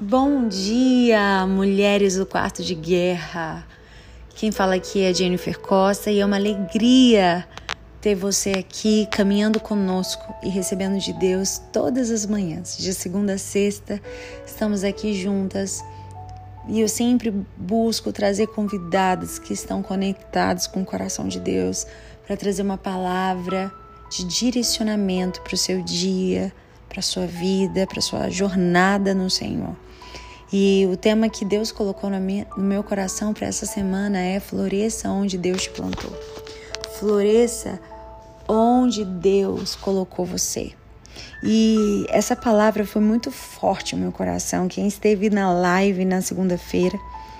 Bom dia, mulheres do quarto de guerra. Quem fala aqui é Jennifer Costa e é uma alegria ter você aqui caminhando conosco e recebendo de Deus todas as manhãs. De segunda a sexta, estamos aqui juntas e eu sempre busco trazer convidados que estão conectados com o coração de Deus para trazer uma palavra de direcionamento para o seu dia, para a sua vida, para a sua jornada no Senhor. E o tema que Deus colocou no meu coração para essa semana é floresça onde Deus te plantou. Floresça onde Deus colocou você. E essa palavra foi muito forte no meu coração. Quem esteve na live na segunda-feira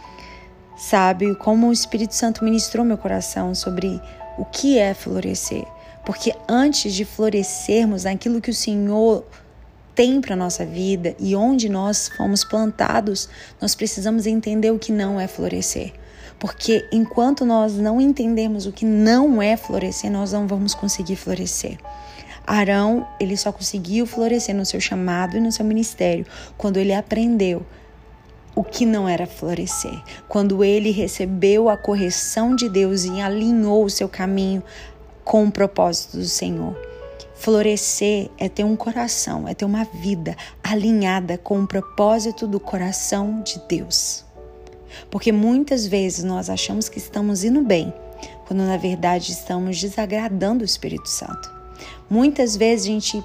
sabe como o Espírito Santo ministrou meu coração sobre o que é florescer. Porque antes de florescermos naquilo que o Senhor tem para a nossa vida e onde nós fomos plantados, nós precisamos entender o que não é florescer. Porque enquanto nós não entendermos o que não é florescer, nós não vamos conseguir florescer. Arão, ele só conseguiu florescer no seu chamado e no seu ministério quando ele aprendeu o que não era florescer. Quando ele recebeu a correção de Deus e alinhou o seu caminho com o propósito do Senhor. Florescer é ter um coração, é ter uma vida alinhada com o propósito do coração de Deus. Porque muitas vezes nós achamos que estamos indo bem, quando na verdade estamos desagradando o Espírito Santo. Muitas vezes a gente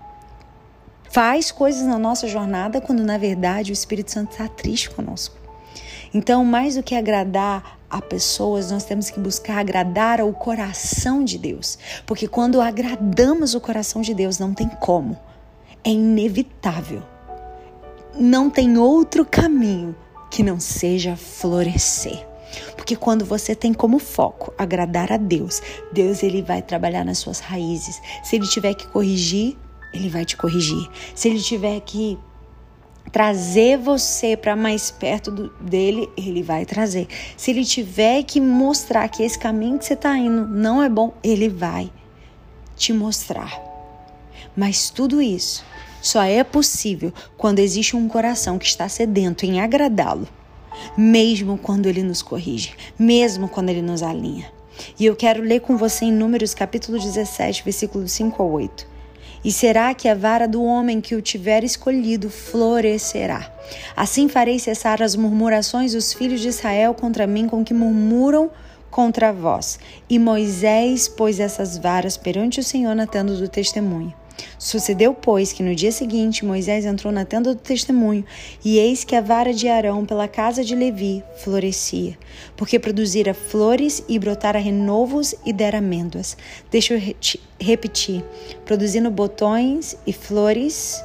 faz coisas na nossa jornada, quando na verdade o Espírito Santo está triste conosco. Então, mais do que agradar a pessoas, nós temos que buscar agradar ao coração de Deus. Porque quando agradamos o coração de Deus, não tem como. É inevitável. Não tem outro caminho que não seja florescer. Porque quando você tem como foco agradar a Deus, Deus ele vai trabalhar nas suas raízes. Se ele tiver que corrigir, ele vai te corrigir. Se ele tiver que trazer você para mais perto dele, ele vai trazer. Se ele tiver que mostrar que esse caminho que você está indo não é bom, ele vai te mostrar. Mas tudo isso só é possível quando existe um coração que está sedento em agradá-lo, mesmo quando ele nos corrige, mesmo quando ele nos alinha. E eu quero ler com você em Números capítulo 17, versículos 5 a 8. E será que a vara do homem que o tiver escolhido florescerá. Assim farei cessar as murmurações dos filhos de Israel contra mim, com que murmuram contra vós. E Moisés pôs essas varas perante o Senhor na tenda do testemunho. Sucedeu, pois, que no dia seguinte Moisés entrou na tenda do testemunho, e eis que a vara de Arão pela casa de Levi florescia, porque produzira flores e brotara renovos e dera amêndoas. Deixa eu repetir. Produzindo botões e flores,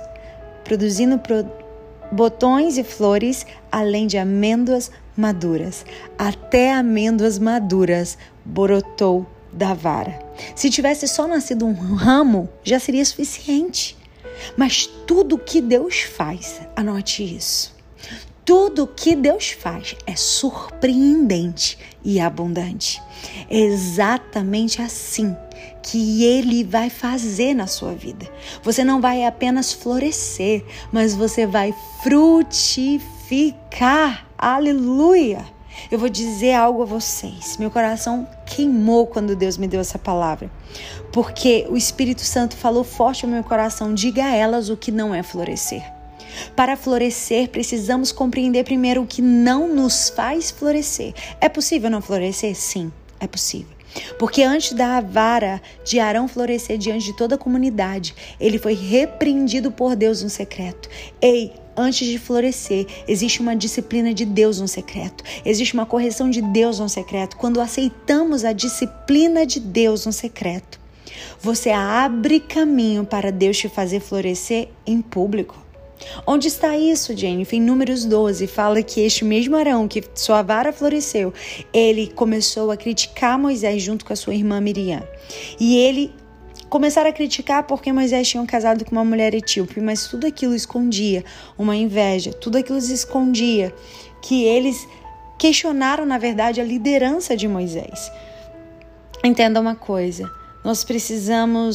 além de amêndoas maduras. Até amêndoas maduras brotou da vara. Se tivesse só nascido um ramo, já seria suficiente. Mas tudo que Deus faz, anote isso, tudo que Deus faz é surpreendente e abundante. É exatamente assim que Ele vai fazer na sua vida. Você não vai apenas florescer, mas você vai frutificar. Aleluia! Eu vou dizer algo a vocês. Meu coração queimou quando Deus me deu essa palavra. Porque o Espírito Santo falou forte ao meu coração. Diga a elas o que não é florescer. Para florescer, precisamos compreender primeiro o que não nos faz florescer. É possível não florescer? Sim, é possível. Porque antes da vara de Arão florescer diante de toda a comunidade, ele foi repreendido por Deus no secreto. Antes de florescer, existe uma disciplina de Deus no secreto. Existe uma correção de Deus no secreto. Quando aceitamos a disciplina de Deus no secreto, você abre caminho para Deus te fazer florescer em público. Onde está isso, Jennifer? Em Números 12, fala que este mesmo Arão, que sua vara floresceu, ele começou a criticar Moisés junto com a sua irmã Miriam. E ele começaram a criticar porque Moisés tinha casado com uma mulher etíope, mas tudo aquilo escondia uma inveja, tudo aquilo escondia que eles questionaram, na verdade, a liderança de Moisés. Entenda uma coisa, nós precisamos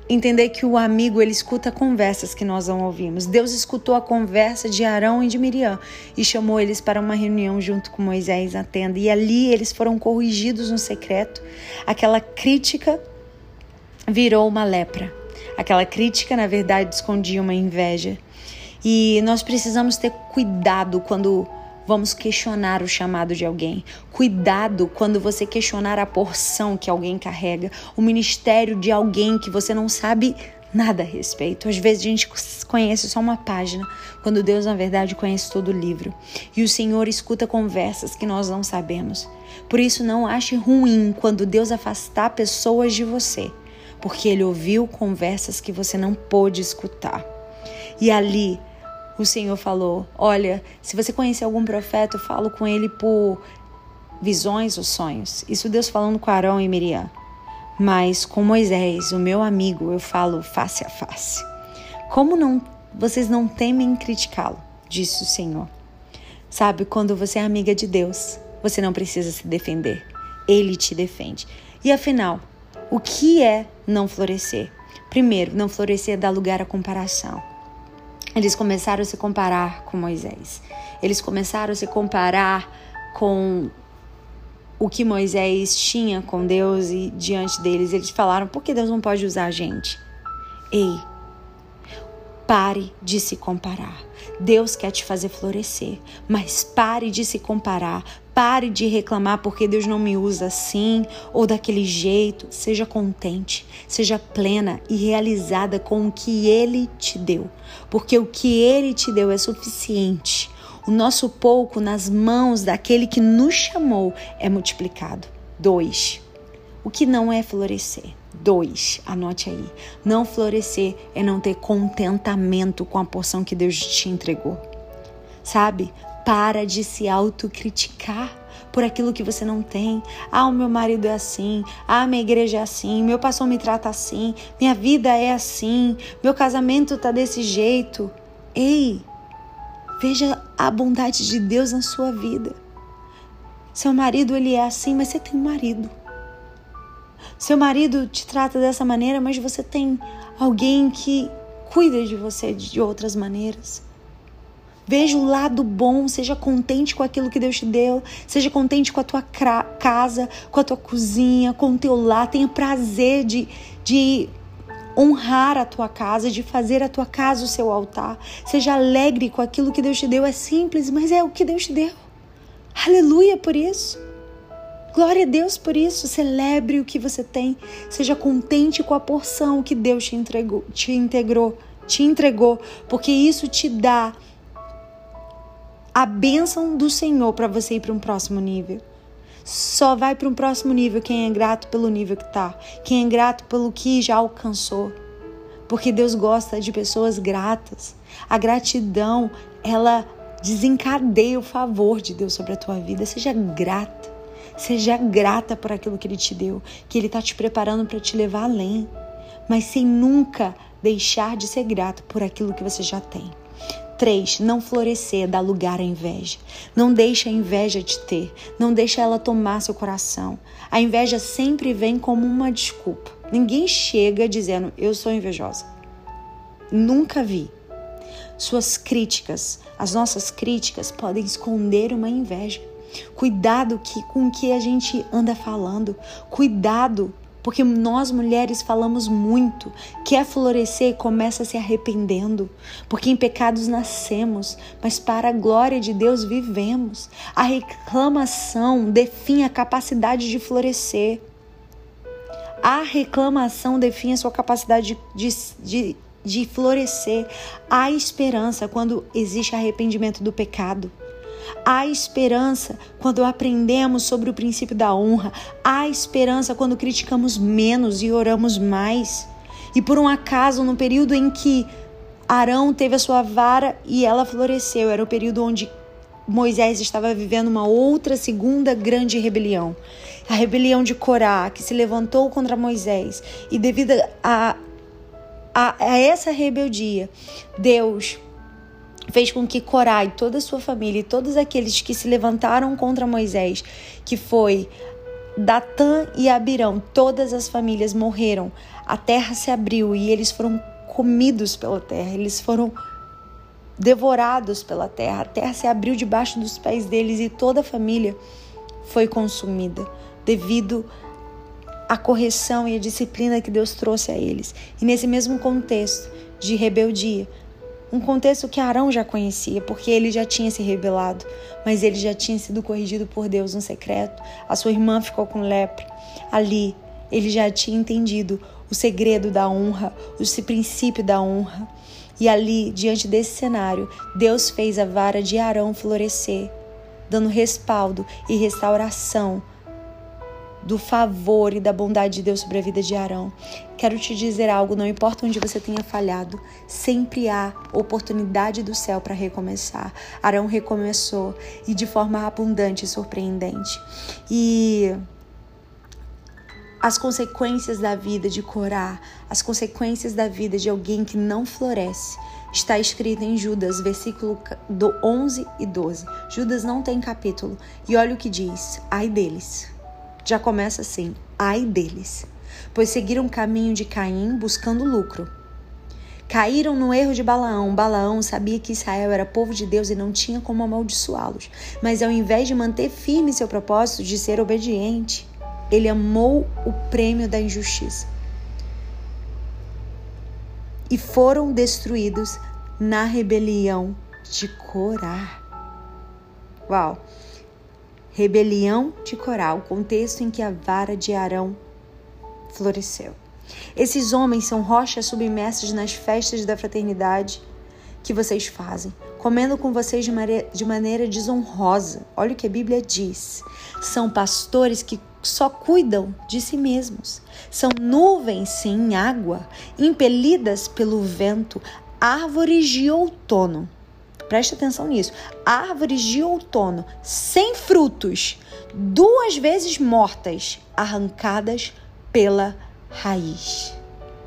entender que o amigo, ele escuta conversas que nós não ouvimos. Deus escutou a conversa de Arão e de Miriam e chamou eles para uma reunião junto com Moisés na tenda. E ali eles foram corrigidos no secreto. Aquela crítica virou uma lepra. Aquela crítica, na verdade, escondia uma inveja. E nós precisamos ter cuidado quando vamos questionar o chamado de alguém. Cuidado quando você questionar a porção que alguém carrega, o ministério de alguém que você não sabe nada a respeito. Às vezes a gente conhece só uma página, quando Deus, na verdade, conhece todo o livro. E o Senhor escuta conversas que nós não sabemos. Por isso, não ache ruim quando Deus afastar pessoas de você, porque Ele ouviu conversas que você não pôde escutar. E ali, o Senhor falou, olha, se você conhecer algum profeta, eu falo com ele por visões ou sonhos. Isso Deus falando com Arão e Miriam. Mas com Moisés, o meu amigo, eu falo face a face. Como vocês não temem criticá-lo? Disse o Senhor. Sabe, quando você é amiga de Deus, você não precisa se defender. Ele te defende. E afinal, o que é não florescer? Primeiro, não florescer dá lugar à comparação. Eles começaram a se comparar com Moisés. Eles começaram a se comparar com o que Moisés tinha com Deus e diante deles. Eles falaram, por que Deus não pode usar a gente? Ei, pare de se comparar. Deus quer te fazer florescer, mas pare de se comparar. Pare de reclamar porque Deus não me usa assim ou daquele jeito. Seja contente, seja plena e realizada com o que Ele te deu. Porque o que Ele te deu é suficiente. O nosso pouco nas mãos daquele que nos chamou é multiplicado. 2. O que não é florescer? 2. Anote aí. Não florescer é não ter contentamento com a porção que Deus te entregou. Sabe? Para de se autocriticar por aquilo que você não tem. Ah, o meu marido é assim. Ah, minha igreja é assim. Meu pastor me trata assim. Minha vida é assim. Meu casamento tá desse jeito. Ei, veja a bondade de Deus na sua vida. Seu marido, ele é assim, mas você tem um marido. Seu marido te trata dessa maneira, mas você tem alguém que cuida de você de outras maneiras. Veja o lado bom, seja contente com aquilo que Deus te deu, seja contente com a tua casa, com a tua cozinha, com o teu lar. Tenha prazer de honrar a tua casa, de fazer a tua casa o seu altar. Seja alegre com aquilo que Deus te deu. É simples, mas é o que Deus te deu. Aleluia por isso. Glória a Deus por isso. Celebre o que você tem. Seja contente com a porção que Deus te entregou, porque isso te dá a bênção do Senhor para você ir para um próximo nível. Só vai para um próximo nível quem é grato pelo nível que está. Quem é grato pelo que já alcançou. Porque Deus gosta de pessoas gratas. A gratidão, ela desencadeia o favor de Deus sobre a tua vida. Seja grata. Seja grata por aquilo que Ele te deu. Que Ele está te preparando para te levar além. Mas sem nunca deixar de ser grato por aquilo que você já tem. 3. Não florescer, dá lugar à inveja. Não deixa a inveja te ter. Não deixa ela tomar seu coração. A inveja sempre vem como uma desculpa. Ninguém chega dizendo, eu sou invejosa. Nunca vi. Suas críticas, as nossas críticas podem esconder uma inveja. Cuidado com o que a gente anda falando. Cuidado, porque nós mulheres falamos muito. Quer florescer e começa se arrependendo. Porque em pecados nascemos, mas para a glória de Deus vivemos. A reclamação define a capacidade de florescer. A reclamação define a sua capacidade de florescer. Há esperança quando existe arrependimento do pecado. Há esperança quando aprendemos sobre o princípio da honra. Há esperança quando criticamos menos e oramos mais. E por um acaso, no período em que Arão teve a sua vara e ela floresceu, era o período onde Moisés estava vivendo uma outra segunda grande rebelião. A rebelião de Corá, que se levantou contra Moisés. E devido a essa rebeldia, Deus fez com que Corá e toda a sua família e todos aqueles que se levantaram contra Moisés, que foi Datã e Abirão, todas as famílias morreram. A terra se abriu e eles foram comidos pela terra. Eles foram devorados pela terra. A terra se abriu debaixo dos pés deles e toda a família foi consumida devido à correção e à disciplina que Deus trouxe a eles. E nesse mesmo contexto de rebeldia, um contexto que Arão já conhecia, porque ele já tinha se rebelado, mas ele já tinha sido corrigido por Deus no secreto. A sua irmã ficou com lepra. Ali, ele já tinha entendido o segredo da honra, o princípio da honra. E ali, diante desse cenário, Deus fez a vara de Arão florescer, dando respaldo e restauração do favor e da bondade de Deus sobre a vida de Arão. Quero te dizer algo, não importa onde você tenha falhado, sempre há oportunidade do céu para recomeçar. Arão recomeçou e de forma abundante e surpreendente. E as consequências da vida de Corá, as consequências da vida de alguém que não floresce, está escrito em Judas, versículo 11 e 12. Judas não tem capítulo. E olha o que diz: ai deles. Já começa assim: ai deles, pois seguiram o caminho de Caim buscando lucro. Caíram no erro de Balaão. Balaão sabia que Israel era povo de Deus e não tinha como amaldiçoá-los. Mas ao invés de manter firme seu propósito de ser obediente, ele amou o prêmio da injustiça. E foram destruídos na rebelião de Corá. Uau! Rebelião de Corá, o contexto em que a vara de Arão floresceu. Esses homens são rochas submersas nas festas da fraternidade que vocês fazem, comendo com vocês de maneira desonrosa. Olha o que a Bíblia diz. São pastores que só cuidam de si mesmos. São nuvens sem água, impelidas pelo vento, árvores de outono. Preste atenção nisso. Árvores de outono, sem frutos, 2 vezes mortas, arrancadas pela raiz.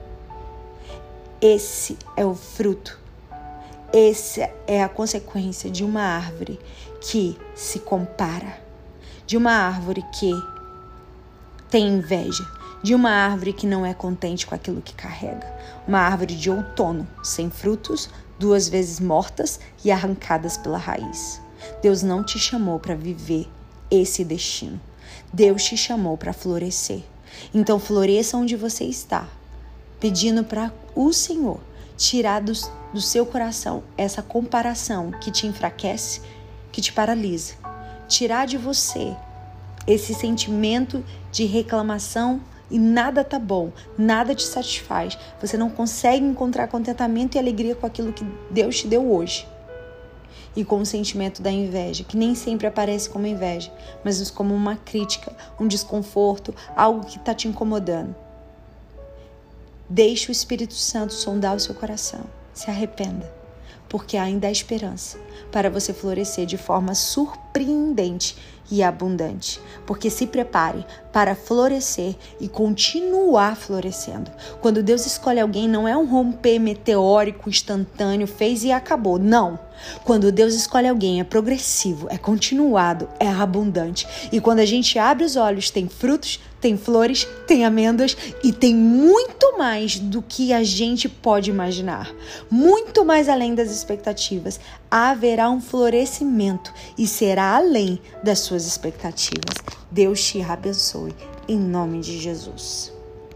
Esse é o fruto. Essa é a consequência de uma árvore que se compara, de uma árvore que tem inveja, de uma árvore que não é contente com aquilo que carrega. Uma árvore de outono, sem frutos, 2 vezes mortas e arrancadas pela raiz. Deus não te chamou para viver esse destino. Deus te chamou para florescer. Então floresça onde você está, pedindo para o Senhor tirar do seu coração essa comparação que te enfraquece, que te paralisa. Tirar de você esse sentimento de reclamação e nada tá bom, nada te satisfaz. Você não consegue encontrar contentamento e alegria com aquilo que Deus te deu hoje. E com o sentimento da inveja, que nem sempre aparece como inveja, mas como uma crítica, um desconforto, algo que está te incomodando. Deixe o Espírito Santo sondar o seu coração. Se arrependa, porque ainda há esperança para você florescer de forma surpreendente e abundante. Porque se prepare para florescer e continuar florescendo. Quando Deus escolhe alguém, não é um romper meteórico, instantâneo, fez e acabou. Não. Quando Deus escolhe alguém, é progressivo, é continuado, é abundante. E quando a gente abre os olhos, tem frutos, tem flores, tem amêndoas e tem muito mais do que a gente pode imaginar. Muito mais além das expectativas. Haverá um florescimento e será além das suas expectativas. Deus te abençoe, em nome de Jesus.